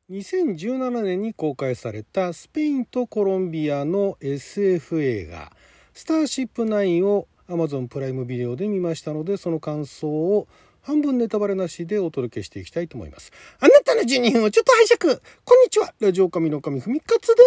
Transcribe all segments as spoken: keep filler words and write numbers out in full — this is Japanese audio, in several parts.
にせんじゅうななねんに公開されたスペインとコロンビアの エスエフ 映画スターシップナインを Amazon プライムビデオで見ましたので、その感想を半分ネタバレなしでお届けしていきたいと思います。あなたのじゅうにふんをちょっと拝借。こんにちは、ラジオ神の神ふみかつです。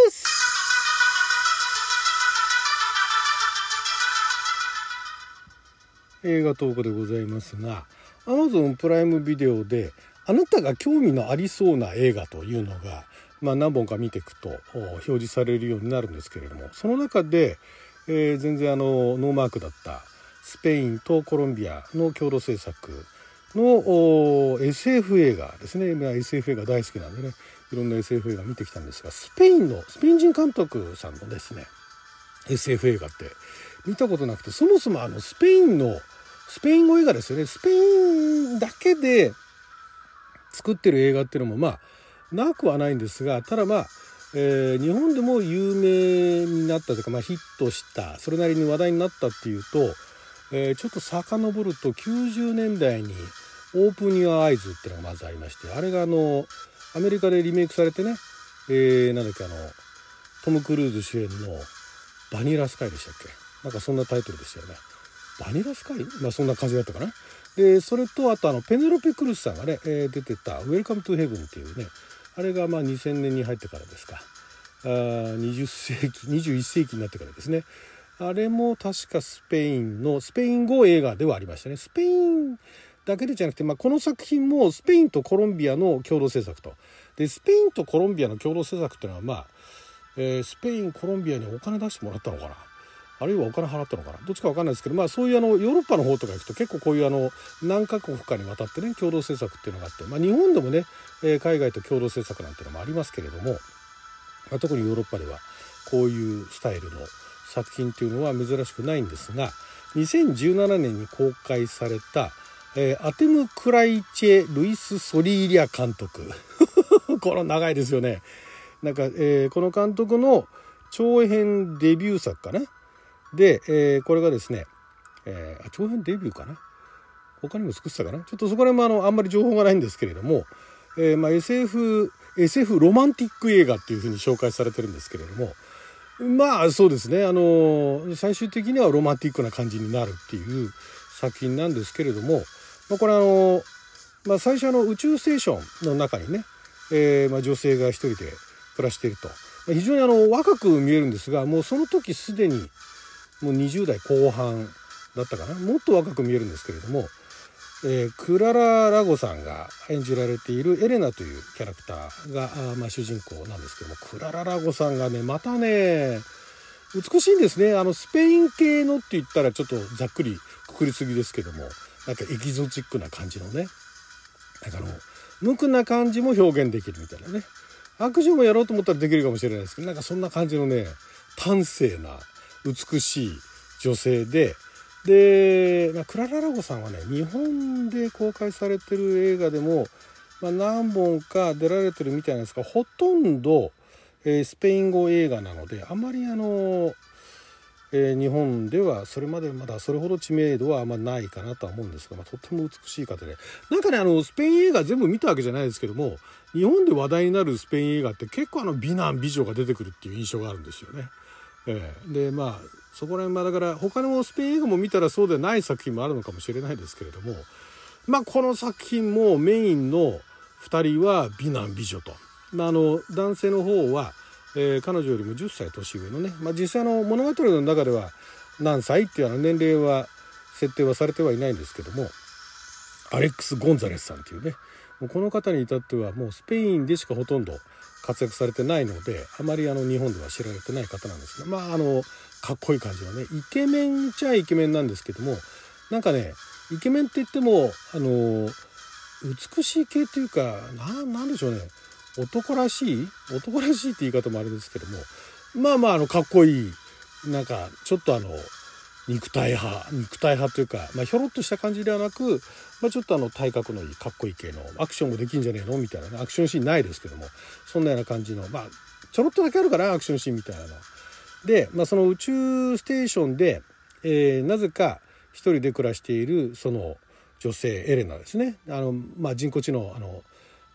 映画トークでございますが、 Amazon プライムビデオであなたが興味のありそうな映画というのが、まあ、何本か見ていくと表示されるようになるんですけれども、その中で、えー、全然あのノーマークだったスペインとコロンビアの共同制作の エスエフ 映画ですね。まあ、エスエフ 映画大好きなんでね、いろんな エスエフ 映画見てきたんですが、スペインのスペイン人監督さんのですね エスエフ 映画って見たことなくて、そもそもあのスペインのスペイン語映画ですよね。スペインだけで作ってる映画っていうのもまあなくはないんですが、ただまあ、えー、日本でも有名になったというか、まあ、ヒットしたそれなりに話題になったっていうと、えー、ちょっと遡るときゅうじゅうねんだいにオープンニュアアイズっていうのがまずありまして、あれがあのアメリカでリメイクされてね、えー、なんだっけあのトム・クルーズ主演のバニラスカイでしたっけ、なんかそんなタイトルでしたよね。バニラスカイ、まあそんな感じだったかな。でそれとあとあのペネロペ・クルスさんがね、えー、出てたウェルカムトゥヘブンっていうね、あれがまあにせんねんに入ってからですか、あにじゅっせいきにじゅういっせいきになってからですね。あれも確かスペインのスペイン語映画ではありましたね。スペインだけでじゃなくて、まあ、この作品もスペインとコロンビアの共同制作と。でスペインとコロンビアの共同制作っていうのはまあ、えー、スペインコロンビアにお金出してもらったのかな、あるいはお金払ったのかな、どっちか分かんないですけど、まあそういうあのヨーロッパの方とか行くと結構こういうあの何カ国かにわたってね共同制作っていうのがあって、まあ日本でもね、えー、海外と共同制作なんていうのもありますけれども、まあ、特にヨーロッパではこういうスタイルの作品っていうのは珍しくないんですが、にせんじゅうななねんに公開された、えー、アテム・クライチェ・ルイス・ソリーリア監督この長いですよね。なんか、えー、この監督の長編デビュー作かなで、えー、これがですね、えー、長編デビューかな、他にも作ってたかな、ちょっとそこら辺もあのあんまり情報がないんですけれども、えーまあ、エスエフ エスエフ ロマンティック映画っていうふうに紹介されてるんですけれども、まあそうですね、あの最終的にはロマンティックな感じになるっていう作品なんですけれども、まあ、これあの、まあ、最初の宇宙ステーションの中にね、えーまあ、女性が一人で暮らしていると、まあ、非常にあの若く見えるんですが、もうその時すでにもうにじゅうだいこう半だったかな、もっと若く見えるんですけれども、えー、クララ・ラゴさんが演じられているエレナというキャラクターがあ、まあ、主人公なんですけども、クララ・ラゴさんがねまたね美しいんですね。あのスペイン系のって言ったらちょっとざっくりくくりすぎですけども、なんかエキゾチックな感じのね、なんかあの無垢な感じも表現できるみたいなね、悪女もやろうと思ったらできるかもしれないですけど、なんかそんな感じのね端正な美しい女性で、で、まあ、クララ・ラゴさんはね日本で公開されてる映画でも、まあ、何本か出られてるみたいなんですが、ほとんど、えー、スペイン語映画なので、あまりあの、えー、日本ではそれまでまだそれほど知名度はあんまないかなとは思うんですが、まあ、とっても美しい方で、なんかねあのスペイン映画全部見たわけじゃないですけども、日本で話題になるスペイン映画って結構あの美男美女が出てくるっていう印象があるんですよね。えー、でまあそこら辺、まあだから他のスペイン映画も見たらそうでない作品もあるのかもしれないですけれども、まあこの作品もメインのふたりは美男美女と、まあ、あの男性の方は、えー、彼女よりもじゅっさい年上のね、まあ、実際の物語の中では何歳っていうような年齢は設定はされてはいないんですけども、アレックス・ゴンザレスさんっていうね、もうこの方に至ってはもうスペインでしかほとんど活躍されてないので、あまりあの日本では知られてない方なんですが、まああのかっこいい感じのね、イケメンっちゃイケメンなんですけども、なんかねイケメンって言ってもあの美しい系っていうか、な、なんでしょうね、男らしい男らしいって言い方もあれですけども、まあまああのかっこいい、なんかちょっとあの肉体派肉体派というか、まあ、ひょろっとした感じではなく、まあ、ちょっとあの体格のいいかっこいい系のアクションもできんじゃねえのみたいなね、アクションシーンないですけども、そんなような感じの、まあちょろっとだけあるかなアクションシーンみたいなので、まあ、その宇宙ステーションで、えー、なぜか一人で暮らしているその女性エレナですね、あの、まあ、人工知能あの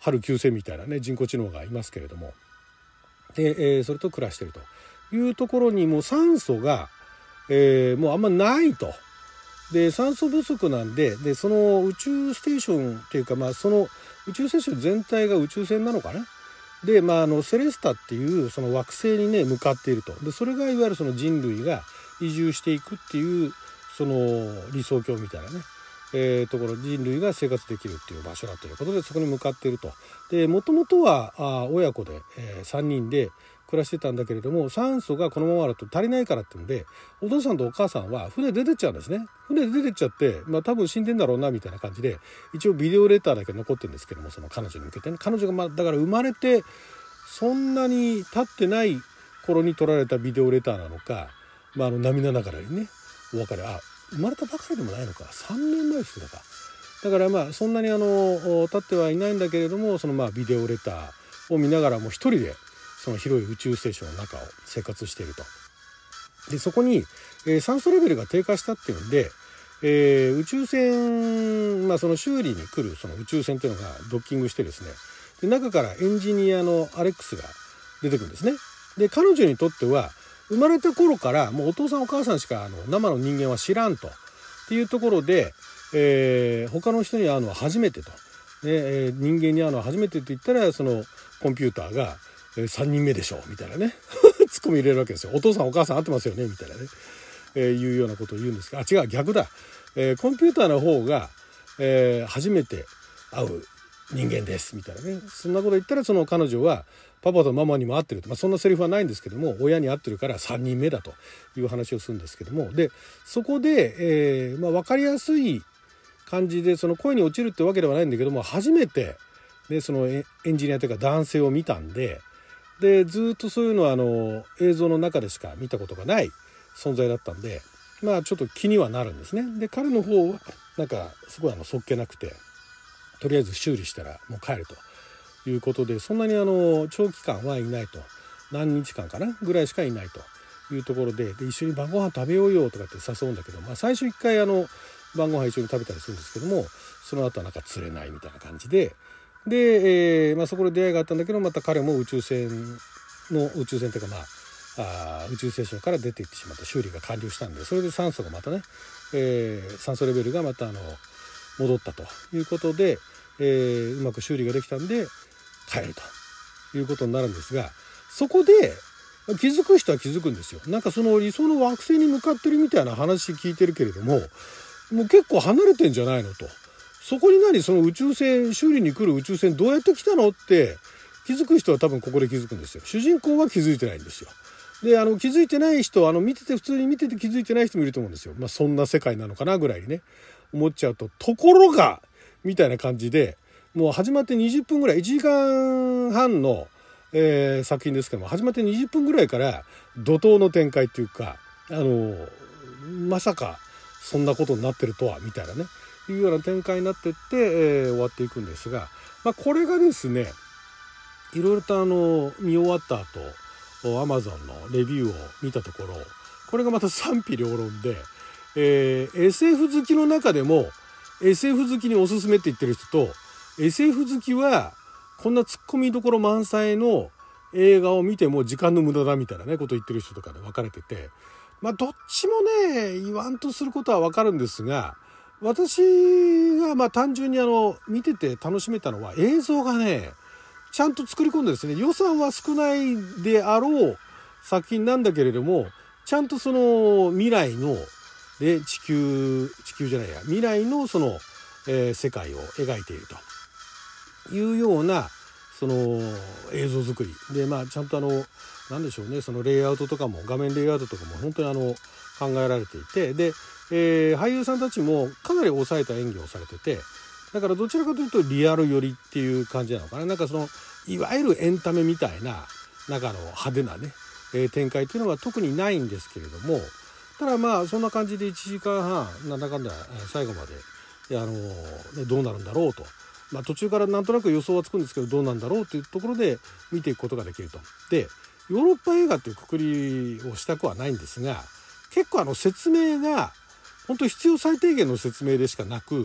春きゅうせんみたいなね人工知能がいますけれども、で、えー、それと暮らしてるというところにもう酸素が、えー、もうあんまないと。で酸素不足なんで、でその宇宙ステーションっていうか、まあ、その宇宙ステーション全体が宇宙船なのかな。で、まあ、あのセレスタっていうその惑星にね向かっていると。でそれがいわゆるその人類が移住していくっていうその理想郷みたいなね、えー、ところ、人類が生活できるっていう場所だということでそこに向かっていると。でもともとはあ親子で、えー、さんにんで暮らしてたんだけれども、酸素がこのままだと足りないからっていうんで、お父さんとお母さんは船出てっちゃうんですね。船出てっちゃって、まあ多分死んでんだろうなみたいな感じで、一応ビデオレターだけ残ってるんですけども、その彼女に向けてね、彼女がまあだから生まれてそんなに経ってない頃に撮られたビデオレターなのか、まあ、あの涙ながらにねお別れ、あ生まれたばかりでもないのか、さんねんまえですだか。だからまあそんなにあの経ってはいないんだけれども、そのまあビデオレターを見ながらも一人でその広い宇宙ステーションの中を生活していると。でそこに、えー、酸素レベルが低下したっていうんで、えー、宇宙船、まあ、その修理に来るその宇宙船っていうのがドッキングしてですね、で中からエンジニアのアレックスが出てくるんですね。で彼女にとっては生まれた頃からもうお父さんお母さんしかあの生の人間は知らんとっていうところで、えー、他の人に会うのは初めてと、で、えー、人間に会うのは初めてって言ったら、そのコンピューターがさんにんめでしょみたいなねツッコミ入れるわけですよ。お父さんお母さん会ってますよねみたいなね、えー、いうようなことを言うんですが、あ違う逆だ、えー、コンピューターの方が、えー、初めて会う人間ですみたいなね、そんなこと言ったら、その彼女はパパとママにも会ってると、まあ、そんなセリフはないんですけども、親に会ってるからさんにんめだという話をするんですけども、でそこで、えーまあ、分かりやすい感じでその恋に落ちるってわけではないんだけども、初めてでそのエンジニアというか男性を見たんで、でずっとそういうのはあの映像の中でしか見たことがない存在だったんで、まあちょっと気にはなるんですね。で彼の方はなんかすごいあのそっけなくて、とりあえず修理したらもう帰るということで、そんなにあの長期間はいないと、何日間かなぐらいしかいないというところで、で一緒に晩ご飯食べようよとかって誘うんだけど、まあ、最初一回あの晩ご飯一緒に食べたりするんですけども、その後はなんか釣れないみたいな感じで、で、えーまあ、そこで出会いがあったんだけど、また彼も宇宙船の宇宙船というか、まああ宇宙ステーションから出ていってしまった、修理が完了したんで、それで酸素がまたね、えー、酸素レベルがまたあの戻ったということで、えー、うまく修理ができたんで帰るということになるんですが、そこで気づく人は気づくんですよ。なんかその理想の惑星に向かってるみたいな話聞いてるけれども、もう結構離れてんじゃないのと。そこに何その宇宙船、修理に来る宇宙船どうやって来たのって気づく人は多分ここで気づくんですよ。主人公は気づいてないんですよ。であの気づいてない人、あの見てて普通に見てて気づいてない人もいると思うんですよ。まあそんな世界なのかなぐらいにね思っちゃうと、ところがみたいな感じで、もう始まってにじゅっぷんぐらい、いちじかんはんの、えー、作品ですけども、始まってにじゅっぷんぐらいから怒涛の展開っていうか、あのまさかそんなことになってるとはみたいなねいうような展開になってって、えー、終わっていくんですが、まあ、これがですねいろいろとあの見終わった後アマゾンのレビューを見たところ、これがまた賛否両論で、えー、エスエフ 好きの中でも エスエフ 好きにおすすめって言ってる人と、 エスエフ 好きはこんなツッコミどころ満載の映画を見ても時間の無駄だみたいなねことを言ってる人とかで分かれてて、まあどっちもね言わんとすることは分かるんですが、私がまあ単純にあの見てて楽しめたのは映像がねちゃんと作り込んでですね、予算は少ないであろう作品なんだけれども、ちゃんとその未来ので地球地球じゃないや未来のその、えー、世界を描いているというようなその映像作りで、まあちゃんとあのなんでしょうね、そのレイアウトとかも画面レイアウトとかも本当にあの考えられていて、で、えー、俳優さんたちもかなり抑えた演技をされてて、だからどちらかというとリアル寄りっていう感じなのかな。なんかそのいわゆるエンタメみたいな中の派手なね、えー、展開っていうのは特にないんですけれども、ただまあそんな感じでいちじかんはんなんだかんだ最後まで、あのーね、どうなるんだろうと、まあ、途中からなんとなく予想はつくんですけどどうなんだろうというところで見ていくことができると。でヨーロッパ映画っていうくくりをしたくはないんですが、結構あの説明が本当必要最低限の説明でしかなく、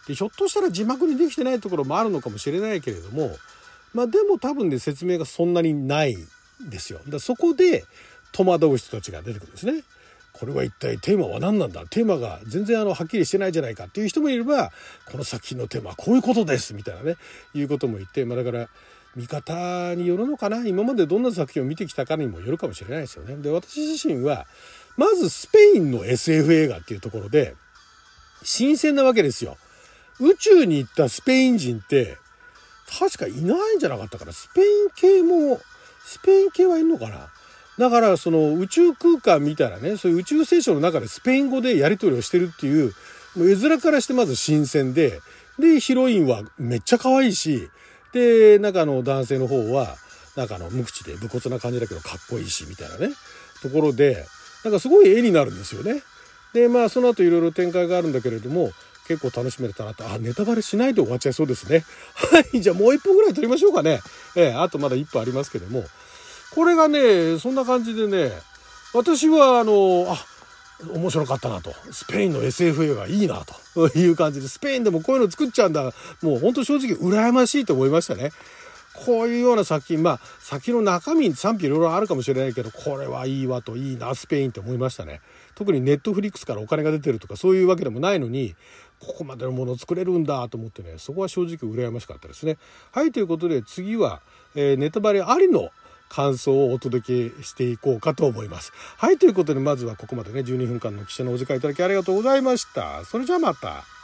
でひょっとしたら字幕にできてないところもあるのかもしれないけれども、まあでも多分ね説明がそんなにないんですよ。だからそこで戸惑う人たちが出てくるんですね。これは一体テーマは何なんだ、テーマが全然あのはっきりしてないじゃないかっていう人もいれば、この作品のテーマはこういうことですみたいなねいうことも言って、まあだから見方によるのかな、今までどんな作品を見てきたかにもよるかもしれないですよね。で私自身はまずスペインの エスエフ 映画っていうところで新鮮なわけですよ。宇宙に行ったスペイン人って確かいないんじゃなかったかな。スペイン系もスペイン系はいるのかな。だからその宇宙空間みたいなね、そういう宇宙ステーションの中でスペイン語でやり取りをしてるっていう、もう絵面からしてまず新鮮で、でヒロインはめっちゃ可愛いし、で中の男性の方はなんかあの無口で武骨な感じだけどかっこいいしみたいなねところで、なんかすごい絵になるんですよね。でまあその後いろいろ展開があるんだけれども、結構楽しめたなと。あ、ネタバレしないで終わっちゃいそうですね。はい、じゃあもういっぷんぐらい撮りましょうかね。えー、あとまだいっぷんありますけども、これがねそんな感じでね、私はあのあ面白かったなと、スペインの エスエフ 映画いいなという感じで、スペインでもこういうの作っちゃうんだ、もう本当正直羨ましいと思いましたね。こういうような作品、まあ先の中身賛否いろいろあるかもしれないけど、これはいいわと、いいなスペインって思いましたね。特にネットフリックスからお金が出てるとかそういうわけでもないのに、ここまでのものを作れるんだと思ってね、そこは正直羨ましかったですね。はい、ということで次は、えー、ネタバレありの感想をお届けしていこうかと思います。はい、ということでまずはここまでねじゅうにふんかんの記者のお時間いただきありがとうございました。それじゃあまた。